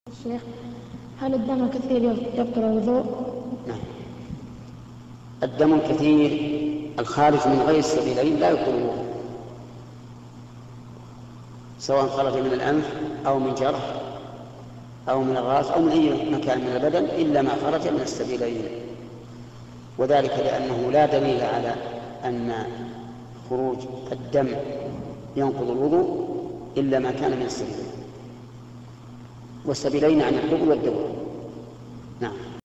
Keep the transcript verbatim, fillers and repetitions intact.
الشيخ، هل الدم الكثير يبطل الوضوء؟ نعم، الدم الكثير الخارج من غير السبيلين لا يبطل الوضوء، سواء خرج من الأنف أو من جرح أو من الرأس أو من أي مكان من البدن إلا ما خرج من السبيلين، وذلك لأنه لا دليل على أن خروج الدم ينقض الوضوء إلا ما كان من السبيلين، والسبيلين عن القبل والدبر. نعم.